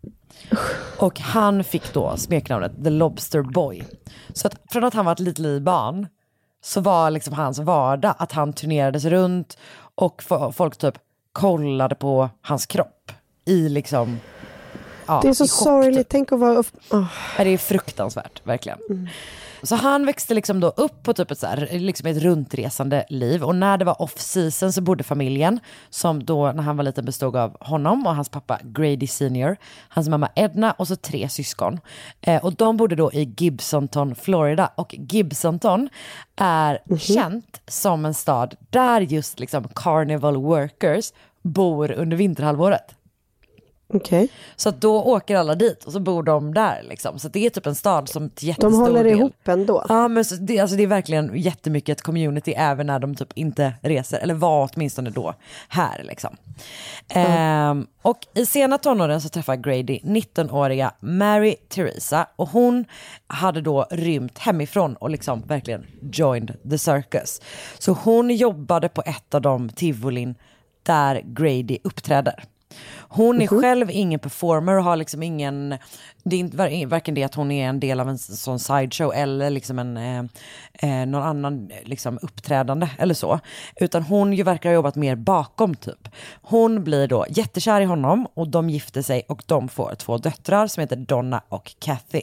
Och han fick då smeknamnet The Lobster Boy. Så att från att han var ett litet barn så var liksom hans vardag att han turnerades runt och folk typ kollade på hans kropp i liksom det är så sorgligt, tänk att vara Det är fruktansvärt, verkligen. Så han växte liksom då upp på typ liksom ett runtresande liv. Och när det var off-season så bodde familjen, som då när han var liten bestod av honom och hans pappa Grady Senior, hans mamma Edna och så 3 syskon. Och de bodde då i Gibsonton, Florida. Och Gibsonton är känt som en stad där just liksom carnival workers bor under vinterhalvåret. Okay. Så att då åker alla dit och så bor de där liksom. Så det är typ en stad som till jättestor del. De håller ihop ändå. Ja, men så det är verkligen jättemycket ett community även när de typ inte reser. Eller var åtminstone då här liksom. Och i sena tonåren så träffar Grady 19-åriga Mary Teresa. Och hon hade då rymt hemifrån och liksom verkligen joined the circus. Så hon jobbade på ett av de tivolin där Grady uppträder. Hon är själv ingen performer och har liksom ingen, det är inte varken det att hon är en del av en sån sideshow eller liksom någon annan liksom uppträdande eller så, utan hon ju verkar ha jobbat mer bakom typ. Hon blir då jättekär i honom och de gifter sig och de får 2 döttrar som heter Donna och Kathy.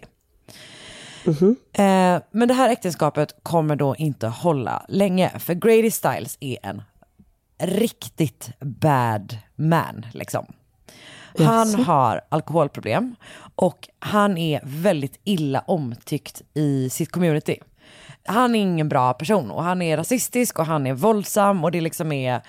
Men det här äktenskapet kommer då inte hålla länge, för Grady Stiles är en riktigt bad man liksom. Han har alkoholproblem och han är väldigt illa omtyckt i sitt community. Han är ingen bra person och han är rasistisk och han är våldsam och det liksom är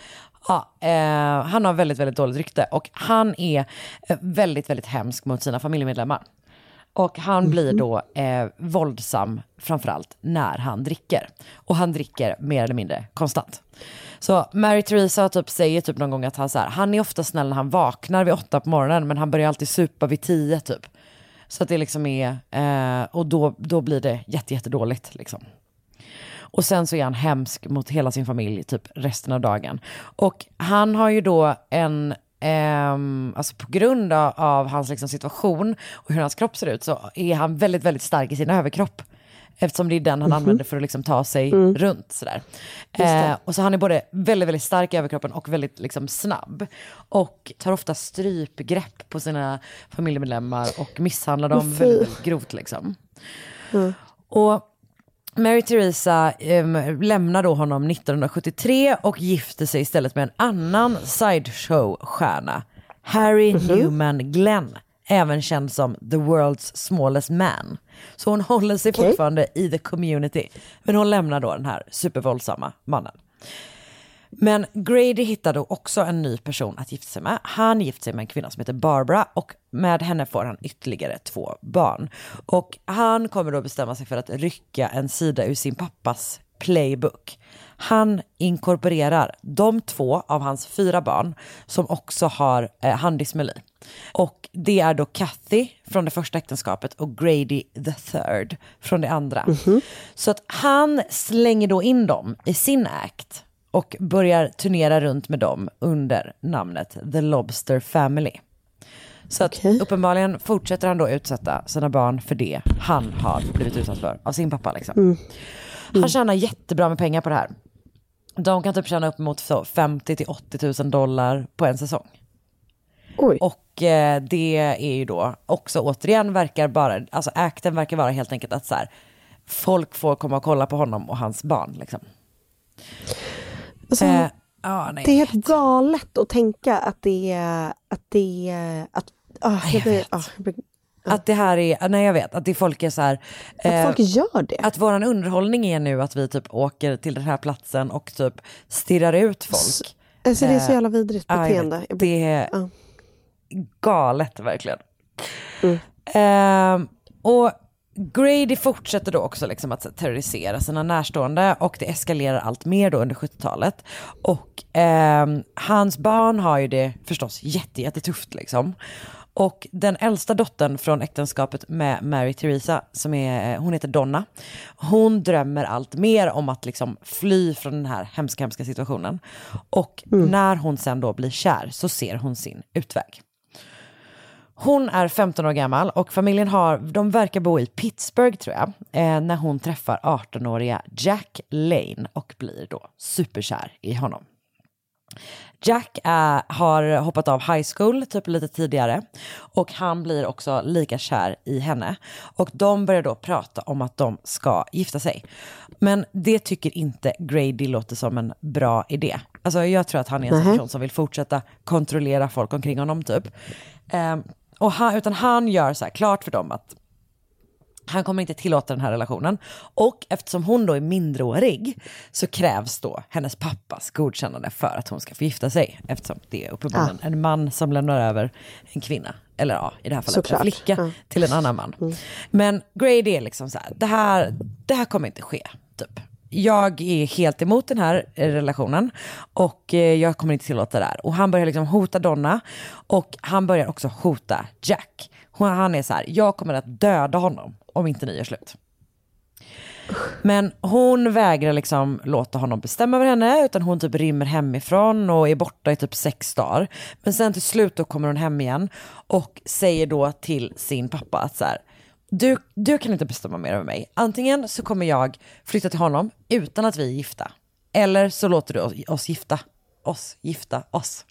han har väldigt, väldigt dåligt rykte och han är väldigt, väldigt hemsk mot sina familjemedlemmar. Och han blir då våldsam framförallt när han dricker. Och han dricker mer eller mindre konstant. Så Mary Teresa typ säger typ någon gång att han är ofta snäll när han vaknar vid 8 på morgonen, men han börjar alltid supa vid 10 typ. Så att det liksom är, och då blir det jättedåligt liksom. Och sen så är han hemsk mot hela sin familj typ resten av dagen. Och han har ju då alltså på grund av hans liksom situation och hur hans kropp ser ut så är han väldigt, väldigt stark i sin överkropp. Eftersom det är den han använder för att liksom ta sig runt sådär. Och så han är både väldigt, väldigt stark i överkroppen och väldigt liksom snabb. Och tar ofta strypgrepp på sina familjemedlemmar och misshandlar dem väldigt, väldigt grovt liksom. Och Mary Teresa lämnar då honom 1973 och gifter sig istället med en annan sideshow-stjärna, Harry Newman Glenn, även känd som the world's smallest man. Så hon håller sig fortfarande i the community, men hon lämnar då den här supervåldsamma mannen. Men Grady hittade också en ny person att gifta sig med. Han gifte sig med en kvinna som heter Barbara och med henne får han ytterligare 2 barn. Och han kommer då bestämma sig för att rycka en sida ur sin pappas playbook. Han inkorporerar de 2 av hans 4 barn som också har handdysmeli. Och det är då Kathy från det första äktenskapet och Grady the third från det andra. Så att han slänger då in dem i sin act och börjar turnera runt med dem under namnet The Lobster Family. Så att uppenbarligen fortsätter han då utsätta sina barn för det han har blivit utsatt för av sin pappa liksom. Han tjänar jättebra med pengar på det här. De kan typ tjäna upp mot 50 till 80 000 dollar på en säsong. Oj. Och det är ju då också återigen akten verkar vara helt enkelt att så här, folk får komma och kolla på honom och hans barn liksom. Alltså, det är helt galet att tänka att att det här är, nej jag vet, att det folk är så här, att folk gör det. Att våran underhållning är nu att vi typ åker till den här platsen och typ stirrar ut folk. Alltså det är så jävla vidrigt beteende. Det är galet verkligen. Och Grady fortsätter då också liksom att terrorisera sina närstående och det eskalerar allt mer då under 70-talet. Och hans barn har ju det förstås jättetufft liksom. Och den äldsta dottern från äktenskapet med Mary Teresa, hon heter Donna. Hon drömmer allt mer om att liksom fly från den här hemska situationen. Och när hon sen då blir kär så ser hon sin utväg. Hon är 15 år gammal och familjen de verkar bo i Pittsburgh tror jag, när hon träffar 18-åriga Jack Lane och blir då superkär i honom. Jack har hoppat av high school typ lite tidigare och han blir också lika kär i henne. Och de börjar då prata om att de ska gifta sig. Men det tycker inte Grady låter som en bra idé. Alltså jag tror att han är en person som vill fortsätta kontrollera folk omkring honom typ. Utan han gör så här klart för dem att han kommer inte tillåta den här relationen. Och eftersom hon då är mindreårig så krävs då hennes pappas godkännande för att hon ska få gifta sig. Eftersom det är uppenbarligen en man som lämnar över en kvinna. Eller ja, i det här fallet en flicka till en annan man. Men Grady är liksom så här, det här kommer inte ske typ. Jag är helt emot den här relationen och jag kommer inte tillåta det här. Och han börjar liksom hota Donna och han börjar också hota Jack. Han är så här, jag kommer att döda honom om inte ni gör slut. Men hon vägrar liksom låta honom bestämma över henne, utan hon typ rymmer hemifrån och är borta i typ 6 dagar. Men sen till slut då kommer hon hem igen och säger då till sin pappa att så här, du kan inte bestämma mer över mig. Antingen så kommer jag flytta till honom utan att vi är gifta. Eller så låter du oss gifta oss.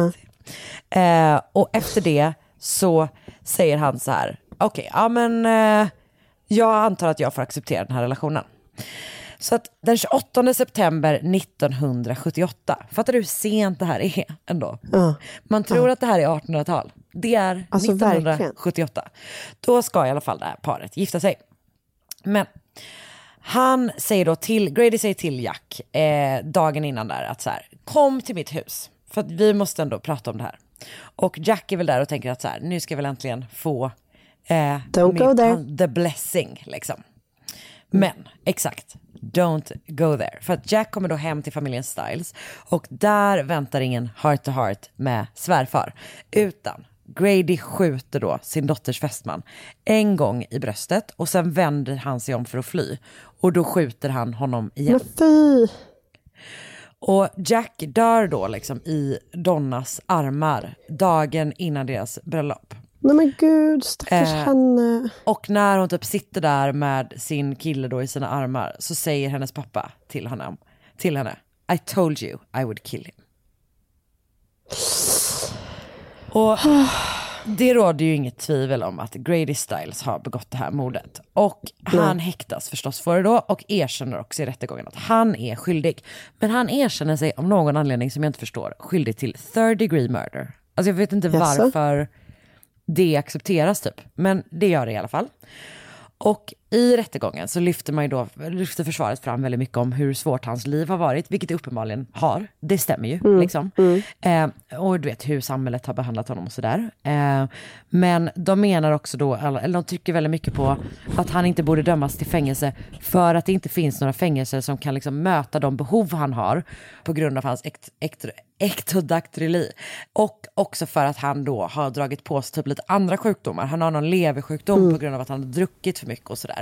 Och efter det så säger han så här, okej, jag antar att jag får acceptera den här relationen. Så att den 28 september 1978, fattar du hur sent det här är ändå? Man tror att det här är 1800-tal. Det är alltså 1978. Verkligen. Då ska i alla fall det här paret gifta sig. Men han säger då Grady säger till Jack dagen innan där att så här, kom till mitt hus. För att vi måste ändå prata om det här. Och Jack är väl där och tänker att så här, nu ska jag väl äntligen få the blessing liksom. Men exakt, don't go there. För att Jack kommer då hem till familjen Stiles och där väntar ingen heart to heart med svärfar, utan Grady skjuter då sin dotters fästman en gång i bröstet och sen vänder han sig om för att fly och då skjuter han honom igen. Och Jack dör då liksom i Donnas armar dagen innan deras bröllop. Nej men gud, stackars henne. Och när hon typ sitter där med sin kille då i sina armar så säger hennes pappa till henne, I told you I would kill him. Och det råder ju inget tvivel om att Grady Stiles har begått det här mordet. Och han häktas förstås för det då och erkänner också i rättegången att han är skyldig. Men han erkänner sig av någon anledning som jag inte förstår skyldig till 3rd degree murder. Alltså jag vet inte varför det accepteras typ. Men det gör det i alla fall. Och i rättegången så lyfter försvaret fram väldigt mycket om hur svårt hans liv har varit, vilket det uppenbarligen har. Det stämmer ju liksom. Och du vet hur samhället har behandlat honom och sådär. Men de menar också då, eller de tycker väldigt mycket på att han inte borde dömas till fängelse för att det inte finns några fängelser som kan liksom möta de behov han har på grund av hans ektodaktyli. Och också för att han då har dragit på sig typ lite andra sjukdomar. Han har någon leversjukdom på grund av att han har druckit för mycket och sådär.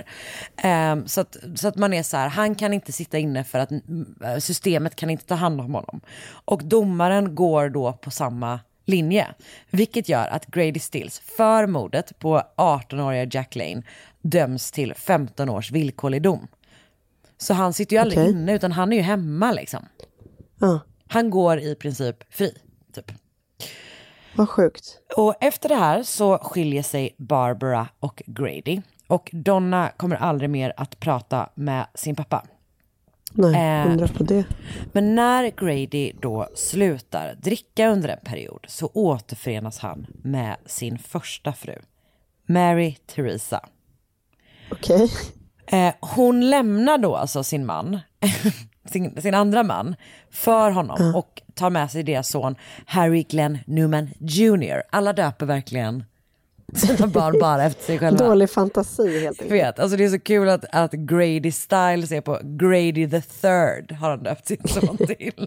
Så att man är så här, han kan inte sitta inne för att systemet kan inte ta hand om honom. Och domaren går då på samma linje, vilket gör att Grady Stiles för mordet på 18-åriga Jack Lane döms till 15 års villkorlig dom. Så han sitter ju aldrig inne, utan han är ju hemma liksom. Han går i princip fri typ. Vad sjukt. Och efter det här så skiljer sig Barbara och Grady. Och Donna kommer aldrig mer att prata med sin pappa. Nej, undrar på det. Men när Grady då slutar dricka under en period så återförenas han med sin första fru, Mary Teresa. Okej. Hon lämnar då alltså sin man, sin andra man, för honom och tar med sig deras son Harry Glenn Newman Jr. Alla döper verkligen sina barn bara efter sig själva. Dålig fantasi helt enkelt. Vet, alltså det är så kul att Grady Stiles är på Grady the Third har han döpt sin son till.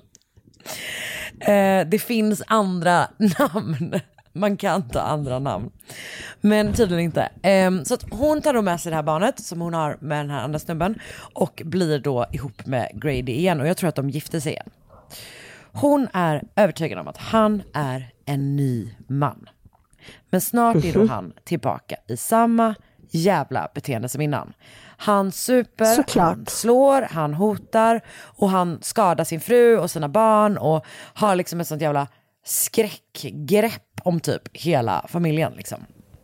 Det finns andra namn. Man kan ta andra namn. Men tydligen inte. Så att hon tar då med sig det här barnet som hon har med den här andra snubben och blir då ihop med Grady igen. Och jag tror att de gifter sig igen. Hon är övertygad om att han är en ny man. Men snart är då han tillbaka i samma jävla beteende som innan. Han super, han slår, han hotar och han skadar sin fru och sina barn och har liksom ett sånt jävla skräckgrepp om typ hela familjen liksom.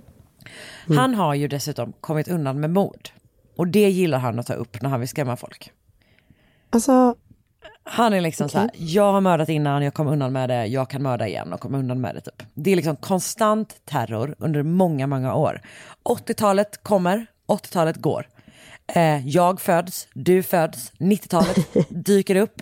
Han har ju dessutom kommit undan med mord. Och det gillar han att ta upp när han vill skrämma folk. Alltså... Han är liksom så här, jag har mördat innan, jag kom undan med det, jag kan mörda igen och komma undan med det typ. Det är liksom konstant terror under många, många år. 80-talet kommer, 80-talet går. Jag föds, du föds, 90-talet dyker upp.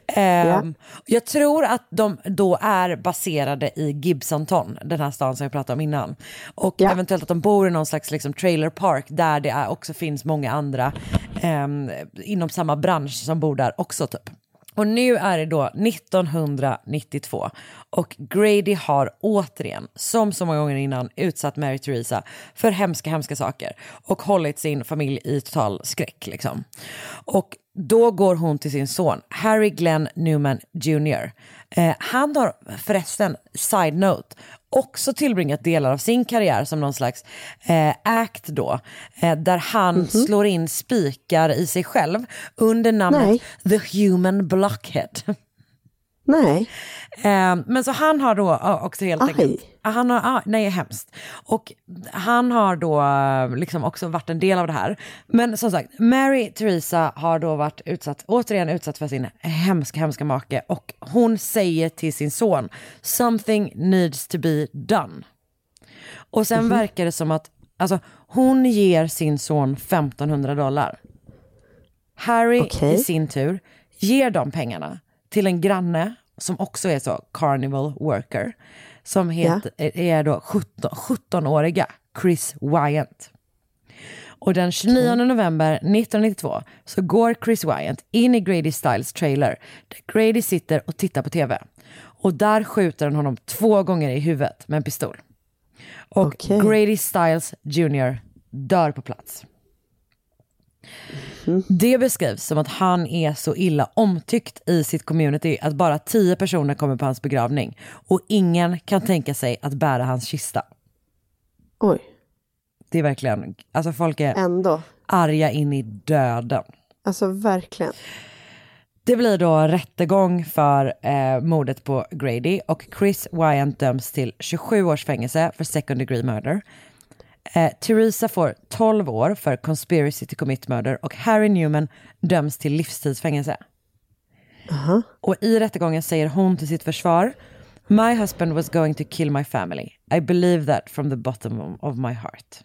Jag tror att de då är baserade i Gibsonton, den här stan som jag pratade om innan. Och eventuellt att de bor i någon slags liksom trailer park där det också finns många andra inom samma bransch som bor där också typ. Och nu är det då 1992 och Grady har återigen, som så många gånger innan, utsatt Mary Theresa för hemska saker och hållit sin familj i total skräck liksom. Och då går hon till sin son, Harry Glenn Newman Jr. Han har förresten, side note, också tillbringat delar av sin karriär som någon slags act då, där han slår in spikar i sig själv under namnet The Human Blockhead. Nej. Men så han har då också helt enkelt... Han har, nej, hemskt. Och han har då liksom också varit en del av det här. Men som sagt, Mary Theresa har då varit återigen utsatt för sin hemska make. Och hon säger till sin son, something needs to be done. Och sen verkar det som att alltså, hon ger sin son $1,500. Harry i sin tur ger de pengarna till en granne som också är så carnival worker som är då 17-åriga Chris Wyant. Och den 29 november 1992 så går Chris Wyant in i Grady Stiles trailer där Grady sitter och tittar på tv. Och där skjuter han honom 2 gånger i huvudet med en pistol. Och Grady Stiles Jr. dör på plats. Det beskrivs som att han är så illa omtyckt i sitt community att bara 10 personer kommer på hans begravning och ingen kan tänka sig att bära hans kista. Oj. Det är verkligen, alltså folk är ändå arga in i döden. Alltså verkligen. Det blir då rättegång för mordet på Grady och Chris Wyant döms till 27 års fängelse för second degree murder. Theresa får 12 år för conspiracy to commit murder och Harry Newman döms till livstidsfängelse. Och i rättegången säger hon till sitt försvar: My husband was going to kill my family. I believe that from the bottom of my heart.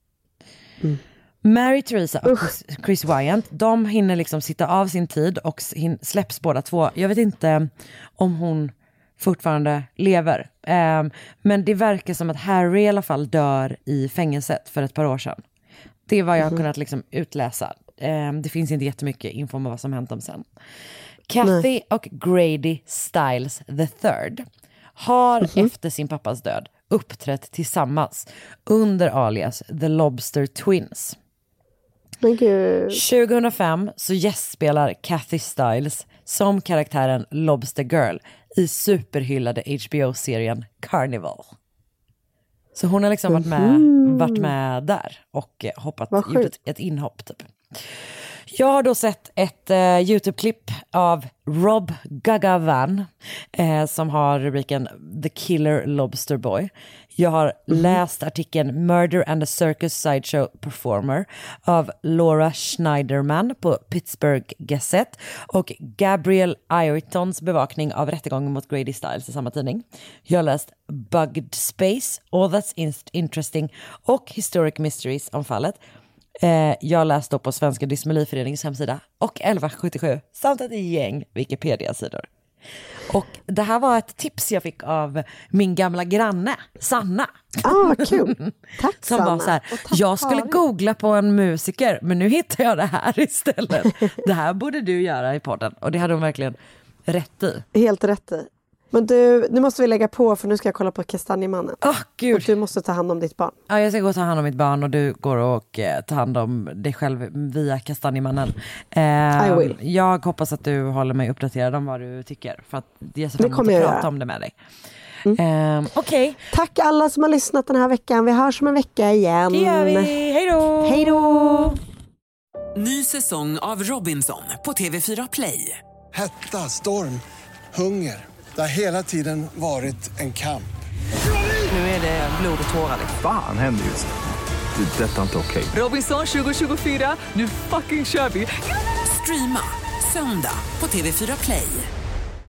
Mary Theresa och Chris Wyant, de hinner liksom sitta av sin tid och släpps båda två. Jag vet inte om hon fortfarande lever. Men det verkar som att Harry i alla fall dör i fängelset för ett par år sedan. Det är vad jag har kunnat liksom utläsa. Det finns inte jättemycket info om vad som hänt om sen. Kathy och Grady Stiles III har efter sin pappas död uppträtt tillsammans under alias The Lobster Twins. 2005 så gästspelar Kathy Stiles som karaktären Lobster Girl i superhyllade HBO-serien Carnival. Så hon har liksom varit med där och gjort ett inhopp typ. Jag har då sett ett YouTube-klipp av Rob Gagavan som har rubriken The Killer Lobster Boy. Jag har läst artikeln Murder and a Circus Sideshow Performer av Laura Schneiderman på Pittsburgh Gazette och Gabriel Ayrtons bevakning av rättegången mot Grady Stiles i samma tidning. Jag har läst Bugged Space, All That's Interesting och Historic Mysteries om fallet. Jag läste då på Svenska Dysmeliföreningens hemsida och 1177 samt ett gäng Wikipedia-sidor. Och det här var ett tips jag fick av min gamla granne, Sanna. Kul. Tack som Sanna. Var så här, jag skulle googla på en musiker, men nu hittar jag det här istället. Det här borde du göra i podden. Och det hade hon verkligen rätt i. Helt rätt i. Men du, nu måste vi lägga på för nu ska jag kolla på Kastanjemannen. Gud. Och du måste ta hand om ditt barn. Ja, jag ska gå och ta hand om mitt barn och du går och ta hand om dig själv via Kastanjemannen. I will. Jag hoppas att du håller mig uppdaterad om vad du tycker. För att jag ser fram emot att prata om det med dig. Okej. Tack alla som har lyssnat den här veckan. Vi hörs om en vecka igen. Det gör vi. Hej då. Hej då. Ny säsong av Robinson på TV4 Play. Hetta, storm, hunger. Det har hela tiden varit en kamp. Nu är det blod och tårar. Fan händer just det. Det är detta inte okej. Robinson 2024, nu fucking kör vi. Streama söndag på TV4 Play.